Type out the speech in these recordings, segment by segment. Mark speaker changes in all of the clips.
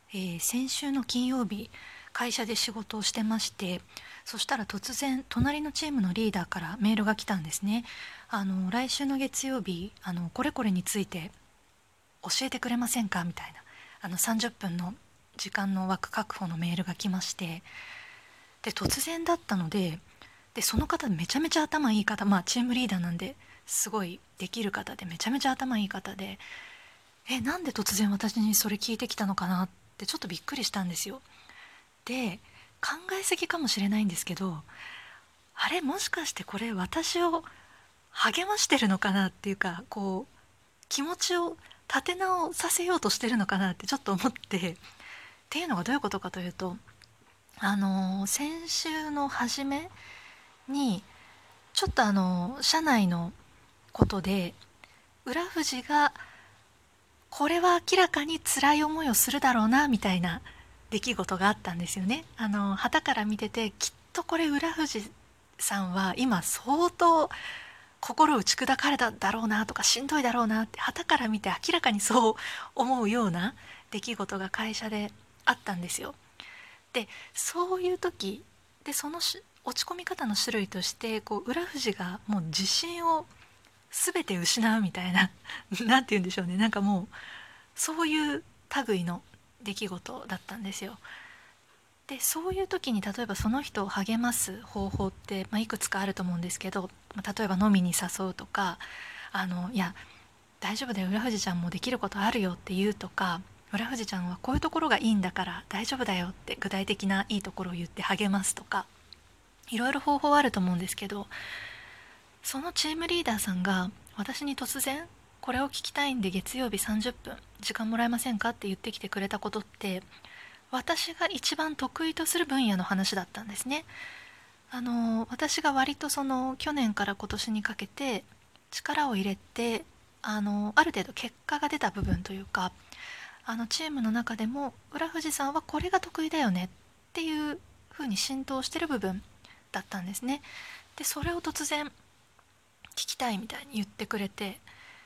Speaker 1: 先週の金曜日会社で仕事をしてまして、そしたら突然隣のチームのリーダーからメールが来たんですね。来週の月曜日これこれについて教えてくれませんかみたいな30分の時間の枠確保のメールが来まして、で突然だったので、その方めちゃめちゃ頭いい方、チームリーダーなんですごいできる方で、めちゃめちゃ頭いい方で、なんで突然私にそれ聞いてきたのかなってちょっとびっくりしたんですよ。で、考えすぎかもしれないんですけど、あれもしかしてこれ私を励ましてるのかなっていうか、気持ちを立て直させようとしてるのかなってちょっと思って、っていうのがどういうことかというと、先週の初めにちょっと社内のことで浦富がこれは明らかに辛い思いをするだろうなみたいな出来事があったんですよね。旗から見てて、きっとこれ浦富さんは今相当心打ち砕かれただろうなとか、しんどいだろうなって旗から見て明らかにそう思うような出来事が会社であったんですよ。でそういう時で、落ち込み方の種類として、浦富がもう自信を全て失うみたいななんて言うんでしょうね、なんかもうそういう類の出来事だったんですよ。でそういう時に例えばその人を励ます方法って、いくつかあると思うんですけど、例えば飲みに誘うとか、いや大丈夫だよ浦富ちゃんもできることあるよって言うとか、浦富ちゃんはこういうところがいいんだから大丈夫だよって具体的ないいところを言って励ますとか、いろいろ方法あると思うんですけど、そのチームリーダーさんが私に突然これを聞きたいんで月曜日30分時間もらえませんかって言ってきてくれたことって、私が一番得意とする分野の話だったんですね。私が割と去年から今年にかけて力を入れて、ある程度結果が出た部分というか、チームの中でも浦富さんはこれが得意だよねっていう風に浸透してる部分だったんですね。でそれを突然聞きたいみたいに言ってくれて、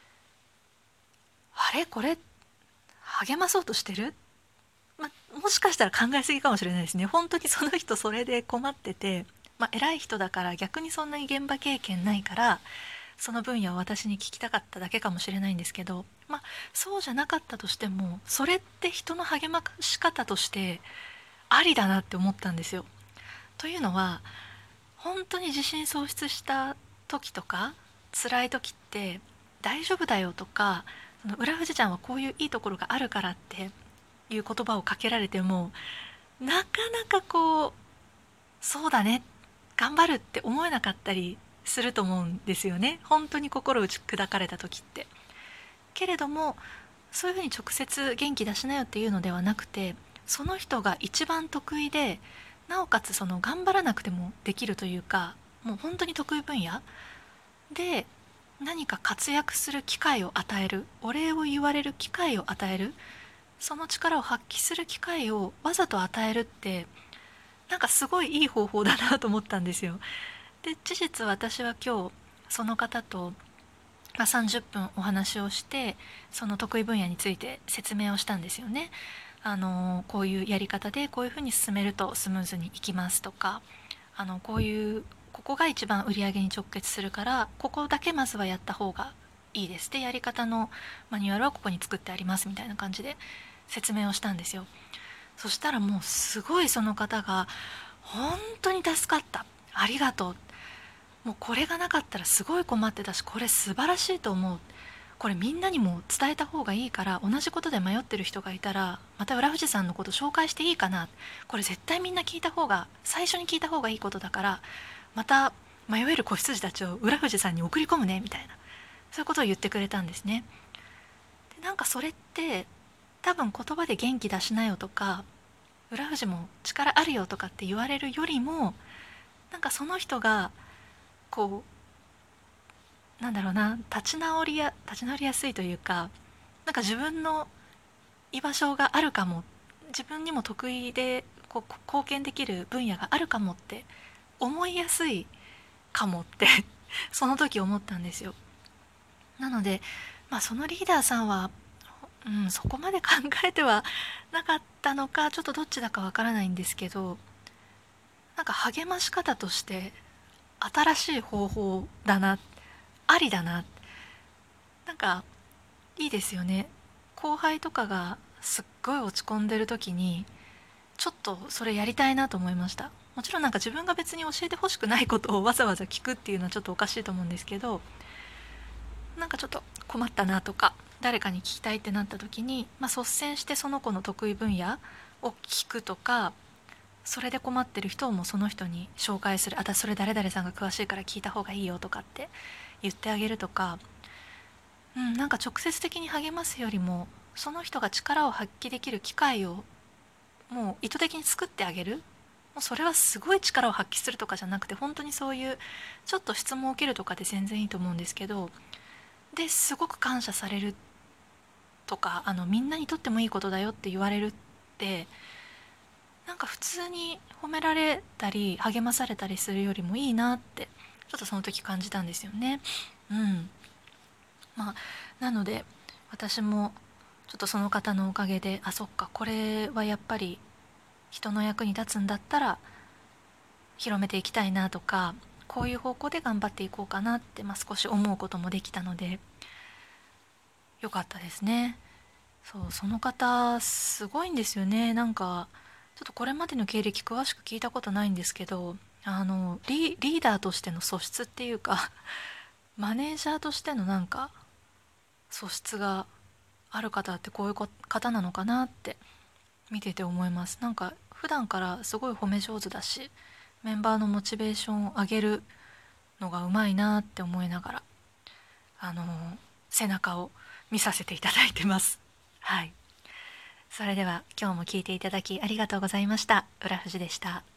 Speaker 1: あれこれ励まそうとしてる、もしかしたら考えすぎかもしれないですね。本当にその人それで困ってて、偉い人だから逆にそんなに現場経験ないからその分野を私に聞きたかっただけかもしれないんですけど、そうじゃなかったとしてもそれって人の励まし方としてありだなって思ったんですよ。というのは、本当に自信喪失した時とか辛い時って大丈夫だよとか、その浦富ちゃんはこういういいところがあるからっていう言葉をかけられても、なかなかそうだね頑張るって思えなかったりすると思うんですよね、本当に心打ち砕かれた時って。けれどもそういうふうに直接元気出しなよっていうのではなくて、その人が一番得意で、なおかつ頑張らなくてもできるというか、もう本当に得意分野で何か活躍する機会を与える、お礼を言われる機会を与える、その力を発揮する機会をわざと与えるって、なんかすごいいい方法だなと思ったんですよ。で事実私は今日その方と、30分お話をして、その得意分野について説明をしたんですよね。こういうやり方でこういうふうに進めるとスムーズにいきますとか、こういうここが一番売り上げに直結するからここだけまずはやった方がいいです、でやり方のマニュアルはここに作ってありますみたいな感じで説明をしたんですよ。そしたらもうすごいその方が本当に助かった、ありがとう、もうこれがなかったらすごい困ってたし、これ素晴らしいと思う、これみんなにも伝えた方がいいから、同じことで迷ってる人がいたらまた浦富さんのこと紹介していいかな、これ絶対みんな聞いた方が、最初に聞いた方がいいことだから、また迷える子羊たちを浦富さんに送り込むねみたいな、そういうことを言ってくれたんですね。でなんかそれって多分言葉で元気出しなよとか浦富も力あるよとかって言われるよりも、なんかその人がこなんだろうな、立ち直りやすいというか、なんか自分の居場所があるかも、自分にも得意で貢献できる分野があるかもって思いやすいかもってその時思ったんですよ。なので、そのリーダーさんは、そこまで考えてはなかったのかちょっとどっちだかわからないんですけど、なんか励まし方として新しい方法だな、ありだな、なんかいいですよね。後輩とかがすっごい落ち込んでる時にちょっとそれやりたいなと思いました。もちろんなんか自分が別に教えてほしくないことをわざわざ聞くっていうのはちょっとおかしいと思うんですけど、なんかちょっと困ったなとか誰かに聞きたいってなった時に、率先してその子の得意分野を聞くとか、それで困ってる人をもうその人に紹介する、あたそれ誰々さんが詳しいから聞いた方がいいよとかって言ってあげるとか、なんか直接的に励ますよりもその人が力を発揮できる機会をもう意図的に作ってあげる。もうそれはすごい力を発揮するとかじゃなくて、本当にそういうちょっと質問を受けるとかで全然いいと思うんですけど、ですごく感謝されるとか、みんなにとってもいいことだよって言われるって、なんか普通に褒められたり励まされたりするよりもいいなってちょっとその時感じたんですよね。うん。なので私もちょっとその方のおかげで、あ、そっか、これはやっぱり人の役に立つんだったら広めていきたいなとか、こういう方向で頑張っていこうかなって、少し思うこともできたのでよかったですね。そう、その方すごいんですよね。なんかちょっとこれまでの経歴詳しく聞いたことないんですけど、リーダーとしての素質っていうかマネージャーとしてのなんか素質がある方ってこういう方なのかなって見てて思います。なんか普段からすごい褒め上手だし、メンバーのモチベーションを上げるのがうまいなって思いながら、あの背中を見させていただいてます。はい。それでは今日も聞いていただきありがとうございました。浦富士でした。